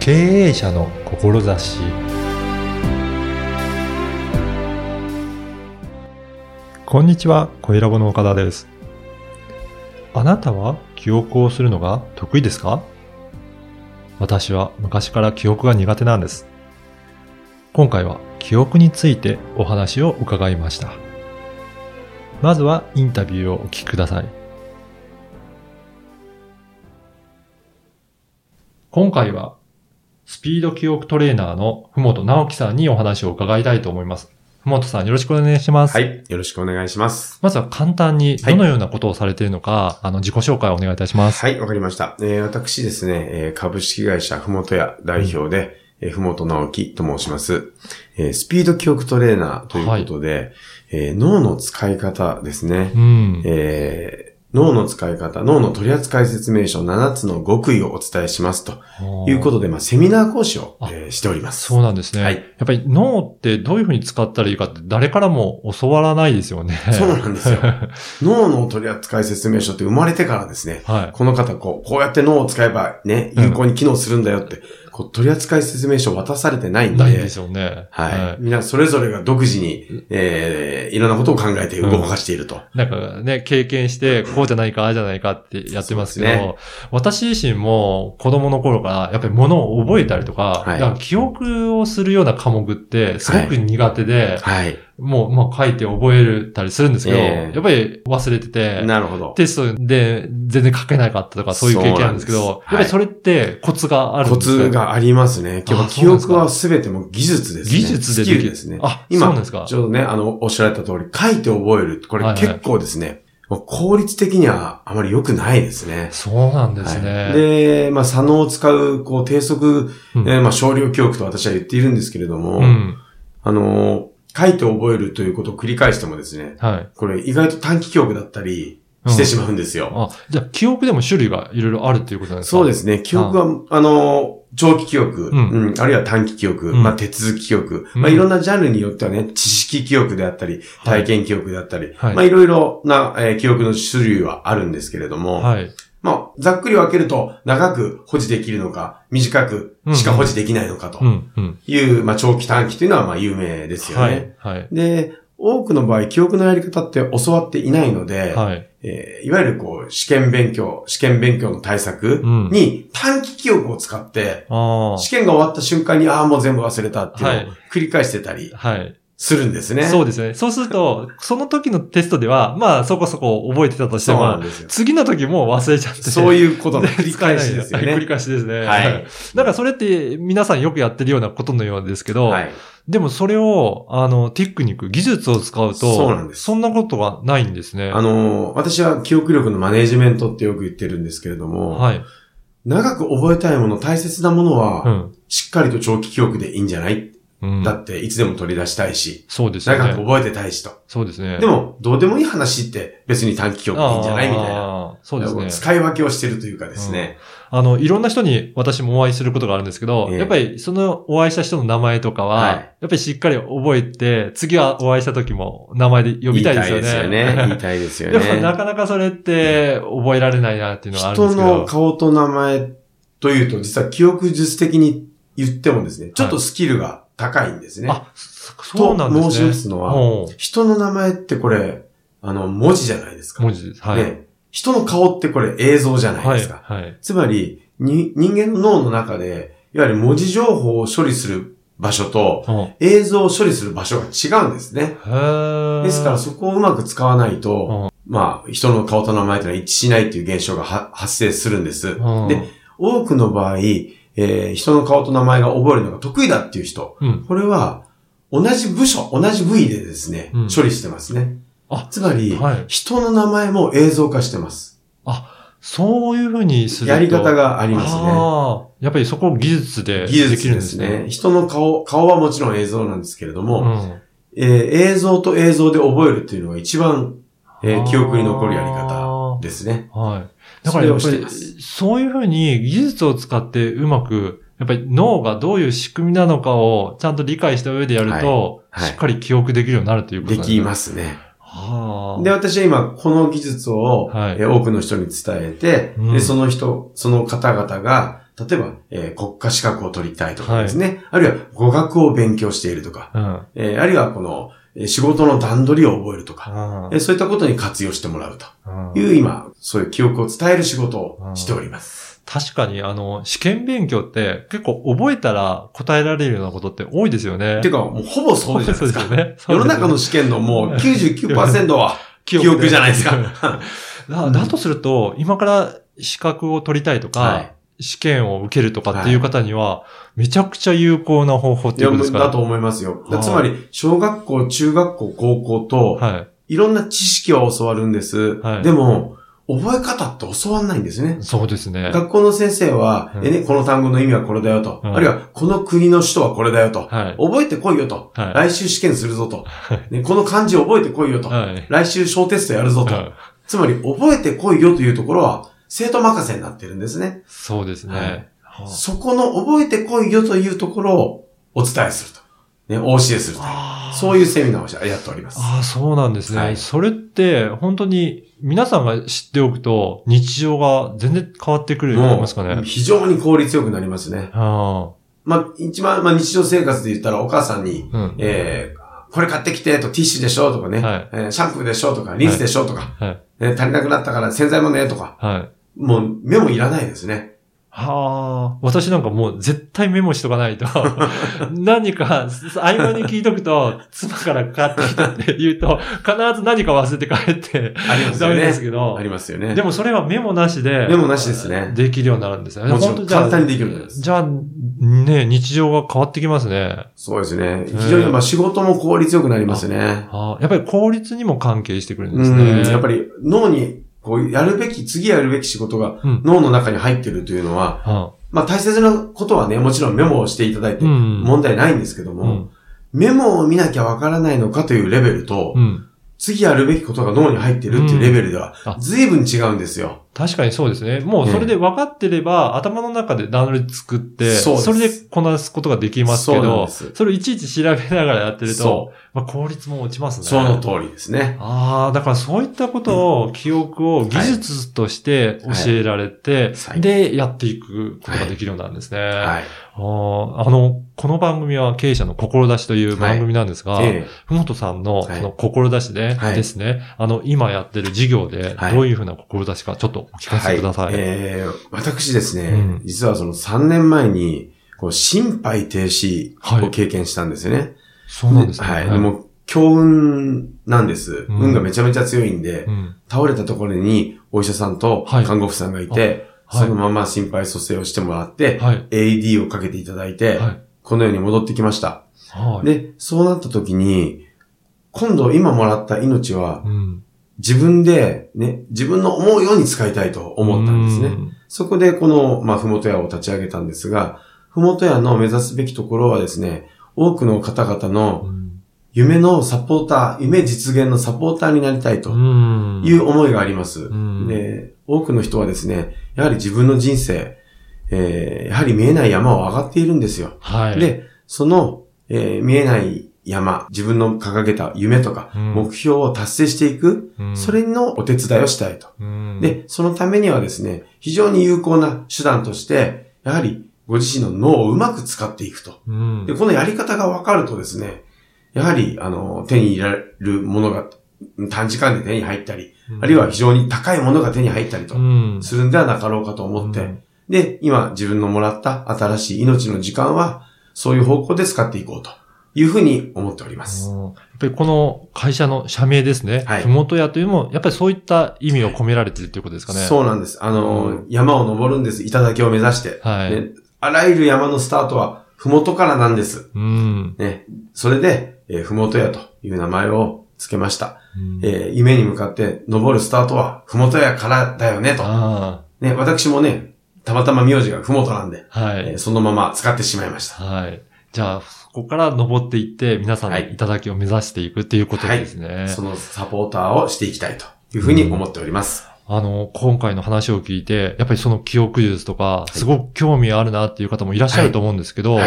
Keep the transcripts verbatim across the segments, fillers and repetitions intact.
経営者の志。こんにちは、小ラボの岡田です。あなたは記憶をするのが得意ですか？私は昔から記憶が苦手なんです。今回は記憶についてお話を伺いました。まずはインタビューをお聞きください。今回はスピード記憶トレーナーのふもとなおきさんにお話を伺いたいと思います。ふもとさん、よろしくお願いします。 はい、よろしくお願いします。 まずは簡単にどのようなことをされているのか、はい、あの自己紹介をお願いいたします。 はい、わかりました。えー、私ですね、えー、株式会社ふもとや代表で、うん、えー、ふもとなおきと申します、えー。スピード記憶トレーナーということで、はい、えー、脳の使い方ですね。うん、えー脳の使い方、脳の取扱説明書ななつの極意をお伝えしますということで、まあ、セミナー講師を、えー、しております。 そうなんですね。はい。やっぱり脳ってどういうふうに使ったらいいかって誰からも教わらないですよね。 そうなんですよ。脳の取扱説明書って生まれてからですね、はい、この方こう、こうやって脳を使えばね、有効に機能するんだよって、うん、こう取扱説明書を渡されてないんで。 ないんですよね。 はい。はい、みんなそれぞれが独自に、えー、いろんなことを考えて動かしていると。 うん、なんかね、経験して、こうじゃないか、ああじゃないかってやってますけど、ね、私自身も子供の頃からやっぱり物を覚えたりとか、はい、だから記憶をするような科目ってすごく苦手で、はいはい、もう、まあ、書いて覚えたりするんですけど、えー、やっぱり忘れてて、 なるほど。 テストで全然書けなかったとかそういう経験なんですけど、やっぱりそれってコツがあるんですか？ コツがありますね。今日は記憶はすべても技術ですね。 技術でできる。スキルですね。 あ、 今、 そうなんですか。 ちょうどね、あの、おっしゃられた通り、書いて覚える。これ結構ですね、はいはい、効率的にはあまり良くないですね。 そうなんですね。 はい、で、まあ、左脳を使う、こう、低速、うん、えー、まあ、少量記憶と私は言っているんですけれども、うん、あのー、書いて覚えるということを繰り返してもですね、はい、これ意外と短期記憶だったりしてしまうんですよ。うん、 あ、じゃあ記憶でも種類がいろいろあるということなんですか？ そうですね。記憶は、あのー、長期記憶、うんうん、あるいは短期記憶、うん、まあ、手続き記憶、うん、まあ、いろんなジャンルによってはね、知識記憶であったり、体験記憶であったり、はい、まあ、いろいろな、えー、記憶の種類はあるんですけれども、はい、まあ、ざっくり分けると、長く保持できるのか、短くしか保持できないのかという、うんうん、まあ、長期短期というのは、まあ、有名ですよね。はいはい、で、多くの場合、記憶のやり方って教わっていないので、はいえー、いわゆるこう、試験勉強、試験勉強の対策に短期記憶を使って、うん、試験が終わった瞬間に、ああ、もう全部忘れたっていうのを繰り返してたり、はいはいするんですね。 そうですね。そうすると、その時のテストでは、まあそこそこ覚えてたとしても、次の時も忘れちゃって。 そういうことの繰り返しですよね。 繰り返しですね。はい。だからそれって皆さんよくやってるようなことのようですけど、はい、でもそれを、あの、テクニック、技術を使うと、そうなんです。そんなことがないんですね。 あの、私は記憶力のマネジメントってよく言ってるんですけれども、はい。長く覚えたいもの、大切なものは、うん、しっかりと長期記憶でいいんじゃないうん、だって、いつでも取り出したいし。 そうですね。 長く覚えてたいしと。 そうですね。 でも、どうでもいい話って別に短期記憶でいいんじゃないみたいな。そうですね。使い分けをしてるというかですね、 うん。あの、いろんな人に私もお会いすることがあるんですけど、えー、やっぱりそのお会いした人の名前とかは、はい、やっぱりしっかり覚えて、次はお会いした時も名前で呼びたいですよね。 言いたいですよね。言いたいですよね。 でもなかなかそれって覚えられないなっていうのはあるんですけど。 人の顔と名前というと、実は記憶術的に言ってもですね、ちょっとスキルが、はい高いんですね。 あ、そうなんですね。 と申しますのは、人の名前ってこれ、あの、文字じゃないですか。 文字です。はい。 ね、人の顔ってこれ映像じゃないですか。はい。はい、つまりに、人間の脳の中で、いわゆる文字情報を処理する場所と、映像を処理する場所が違うんですね。へですからそこをうまく使わないと、まあ、人の顔と名前というのは一致しないっていう現象が発生するんです。で、多くの場合、えー、人の顔と名前が覚えるのが得意だっていう人。うん、これは、同じ部署、同じ部位でですね、うん、処理してますね。あ、つまり、はい、人の名前も映像化してます。 あ、そういうふうにすると。 やり方がありますね。 あやっぱりそこを技術でできるんですね。技術ですね。 人の顔、顔はもちろん映像なんですけれども、うんえー、映像と映像で覚えるっていうのが一番、えー、記憶に残るやり方ですね。はい。 だからやっぱり、そういうふうに技術を使ってうまく、やっぱり脳がどういう仕組みなのかをちゃんと理解した上でやると、はいはい、しっかり記憶できるようになるということですね。 できますね。はあ、で、私は今、この技術を、はい、え多くの人に伝えて、うん、で、その人、その方々が、 例えば、えー、国家資格を取りたいとかですね。はい、あるいは語学を勉強しているとか。うんえー、あるいはこの、仕事の段取りを覚えるとか。えー、そういったことに活用してもらうという、今、そういう記憶を伝える仕事をしております。 確かに、あの、試験勉強って結構覚えたら答えられるようなことって多いですよね。 てか、もうほぼそうじゃないですか。そうですよね。世の中の試験のもう きゅうじゅうきゅうパーセント は記憶じゃないですか。 だ, だとすると、今から資格を取りたいとか、はい、試験を受けるとかっていう方には、めちゃくちゃ有効な方法っていうことですかね。 だと思いますよ。つまり、小学校、中学校、高校と、はい、いろんな知識は教わるんです。はい、でも、覚え方って教わんないんですね。 そうですね。 学校の先生は、うん、えね、この単語の意味はこれだよと。うん、あるいは、この国の首都はこれだよと。はい、覚えてこいよと。はい、来週試験するぞと、ね。この漢字覚えてこいよと。はい、来週小テストやるぞと。はい、つまり、覚えてこいよというところは、生徒任せになってるんですね。 そうですね。はいはあ、そこの覚えてこいよというところをお伝えすると。ね、お教えすると。そういうセミナーをやっております。 ああ、そうなんですね。はい、それって、本当に皆さんが知っておくと、日常が全然変わってくると思いますかね。 非常に効率よくなりますね。はあ、まあ、一番、まあ、日常生活で言ったらお母さんに、うん、えー、これ買ってきてと、ティッシュでしょとかね、はいえー、シャンプーでしょとか、リンスでしょとか、はいえー、足りなくなったから洗剤もねとか、はい、もうメモいらないですね。 はあ、私なんかもう絶対メモしとかないと、何か合間に聞いとくと、妻から買ってきたって言うと、必ず何か忘れて帰って、 ありますよね。ダメですけど。ありますよね。 でもそれはメモなしで、 メモなしですね。 できるようになるんですよね。 もちろん簡単にできるんです。 じゃあ、ね、日常が変わってきますね。 そうですね。非常にまあ仕事も効率よくなりますね。 ああ、やっぱり効率にも関係してくるんですね。 うん、やっぱり脳に、こうやるべき、次やるべき仕事が脳の中に入ってるというのは、うんはあ、まあ大切なことはね、もちろんメモをしていただいて問題ないんですけども、うん、メモを見なきゃわからないのかというレベルと、うん、次やるべきことが脳に入ってるっていうレベルでは随分違うんですよ。 確かにそうですね。もうそれで分かってれば、うん、頭の中で段取り作って、そ, それでこなすことができますけど、そ, それをいちいち調べながらやってると、まあ、効率も落ちますね。 その通りですね。 ああ、だからそういったことを、記憶を技術として教えられて、はい、で、やっていくことができるようなんですね。はい。はい、あ, あの、この番組は経営者の志という番組なんですが、はいええ、ふもとさんのこの志で、はい、ですね、あの、今やってる事業で、どういうふうな志かちょっとお聞かせください。はい、 えー、私ですね、うん、実はそのさんねんまえに、こう、心肺停止を経験したんですよね。はい、 そうなんですね。 はい。でも、強運なんです。うん、運がめちゃめちゃ強いんで、うん、倒れたところにお医者さんと看護婦さんがいて、はい、そのまま心肺蘇生をしてもらって、はい、エーイーディー をかけていただいて、はい、このように戻ってきました。はい、で、そうなった時に、今度今もらった命は、うん、自分でね、自分の思うように使いたいと思ったんですね。そこでこの、まあ、ふもと屋を立ち上げたんですが、ふもと屋の目指すべきところはですね、多くの方々の夢のサポーター、夢実現のサポーターになりたいという思いがあります。で、多くの人はですね、やはり自分の人生、えー、やはり見えない山を上がっているんですよ。はい、で、その、えー、見えない山、自分の掲げた夢とか目標を達成していく、うん、それのお手伝いをしたいと、うん。で、そのためにはですね、非常に有効な手段として、やはりご自身の脳をうまく使っていくと。うん、で、このやり方が分かるとですね、やはり、あの、手に入れられるものが短時間で手に入ったり、うん、あるいは非常に高いものが手に入ったりとするんではなかろうかと思って、うん、で、今自分のもらった新しい命の時間は、そういう方向で使っていこうというふうに思っております。 やっぱりこの会社の社名ですね。はい。ふもと屋というのも、やっぱりそういった意味を込められているということですかね。 そうなんです。あの、うん、山を登るんです。頂を目指して。はい、ね。あらゆる山のスタートは、ふもとからなんです。うん。ね。それで、えー、ふもと屋という名前をつけました。うん、えー、夢に向かって登るスタートは、ふもと屋からだよね、と。ね、私もね、たまたま名字がふもとなんで、はい、えー、そのまま使ってしまいました。 はい。じゃあ、ここから登っていって、皆さんの頂を目指していくっていうことですね。はいはい、 そのサポーターをしていきたいというふうに思っております。 うん、あの、今回の話を聞いて、やっぱりその記憶術とか、すごく興味あるなっていう方もいらっしゃると思うんですけど、はいはい、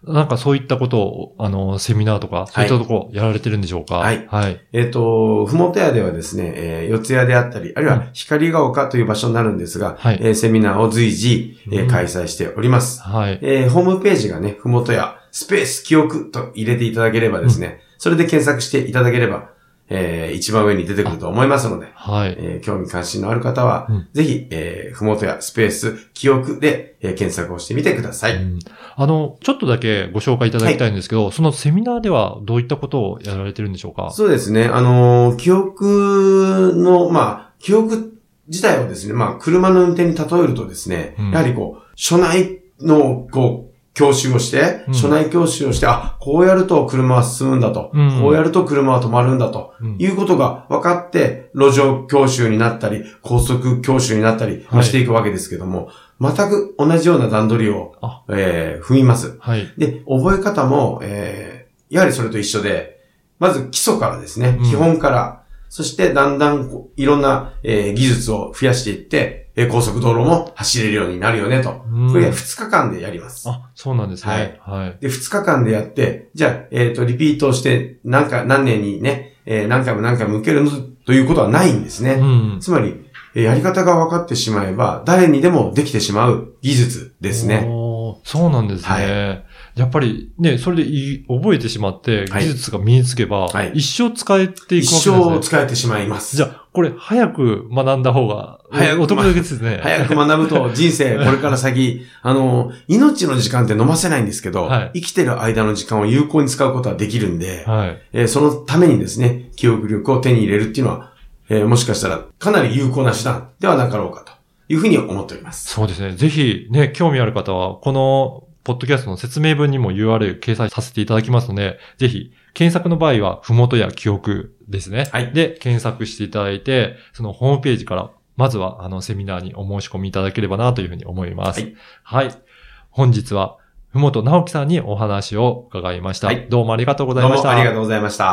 なんかそういったことを、あの、セミナーとか、そういったところやられてるんでしょうか？ はい。 はい。 えっと、ふもとやではですね、えー、四谷であったり、あるいは光が丘という場所になるんですが、はい、えー、セミナーを随時、えー、開催しております。はい。えー、ホームページがね、ふもとやスペース記憶と入れていただければですね、うん、それで検索していただければ、えー、一番上に出てくると思いますので、はい。えー、興味関心のある方は、うん、ぜひ、えー、ふもとやスペース記憶で、えー、検索をしてみてください、うん。 あの、ちょっとだけご紹介いただきたいんですけど、はい、そのセミナーではどういったことをやられてるんでしょうか？ そうですね。あのー、記憶の、まあ、記憶自体をですね、まあ、車の運転に例えるとですね、うん、やはりこう、所内の、こう、教習をして、うん、所内教習をして、あ、こうやると車は進むんだと、うん、こうやると車は止まるんだと、うん、いうことが分かって、路上教習になったり、高速教習になったりしていくわけですけども、はい、全く同じような段取りを、えー、踏みます、はい。で、覚え方も、えー、やはりそれと一緒で、まず基礎からですね、うん、基本から、そしてだんだんいろんな、えー、技術を増やしていって、えー、高速道路も走れるようになるよねと。うん、これはふつかかんでやります。 あ、そうなんですね。 はい。はい、で、ふつかかんでやって、じゃあ、えっと、リピートして何か、何年にね、えー、何回も何回も受けるのということはないんですね。うん、つまり、えー、やり方が分かってしまえば、誰にでもできてしまう技術ですね。 おー、そうなんですね。はい、やっぱりね、それでい覚えてしまって、技術が身につけば、はい、一生使えていくわけですね。 一生使えてしまいます。 じゃあ、これ早く学んだ方が、早く、お得ですね。 早く学ぶと人生、これから先、あの、命の時間って飲ませないんですけど、はい、生きてる間の時間を有効に使うことはできるんで、はい、えー、そのためにですね、記憶力を手に入れるっていうのは、えー、もしかしたらかなり有効な手段ではなかろうかというふうに思っております。 そうですね。ぜひね、興味ある方は、この、ポッドキャストの説明文にも ユーアールエル 掲載させていただきますので、ぜひ、検索の場合は、ふもとや記憶ですね。はい。で、検索していただいて、そのホームページから、まずは、あの、セミナーにお申し込みいただければな、というふうに思います。はい。はい。本日は、ふもとなおきさんにお話を伺いました。はい。どうもありがとうございました。 どうもありがとうございました。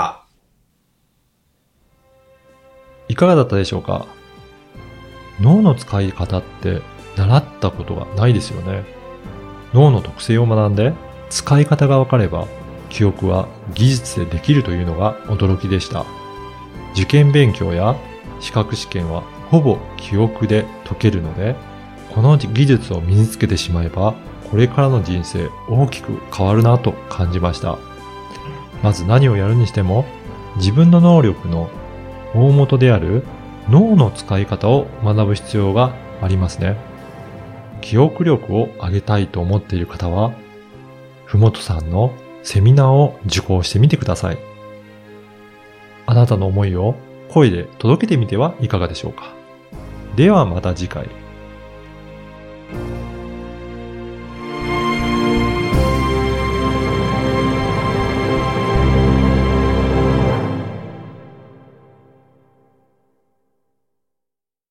いかがだったでしょうか？脳の使い方って、習ったことがないですよね。脳の特性を学んで使い方が分かれば記憶は技術でできるというのが驚きでした。受験勉強や資格試験はほぼ記憶で解けるので、この技術を身につけてしまえばこれからの人生大きく変わるなと感じました。まず何をやるにしても自分の能力の大元である脳の使い方を学ぶ必要がありますね。記憶力を上げたいと思っている方は、ふもとさんのセミナーを受講してみてください。あなたの思いを声で届けてみてはいかがでしょうか。ではまた次回。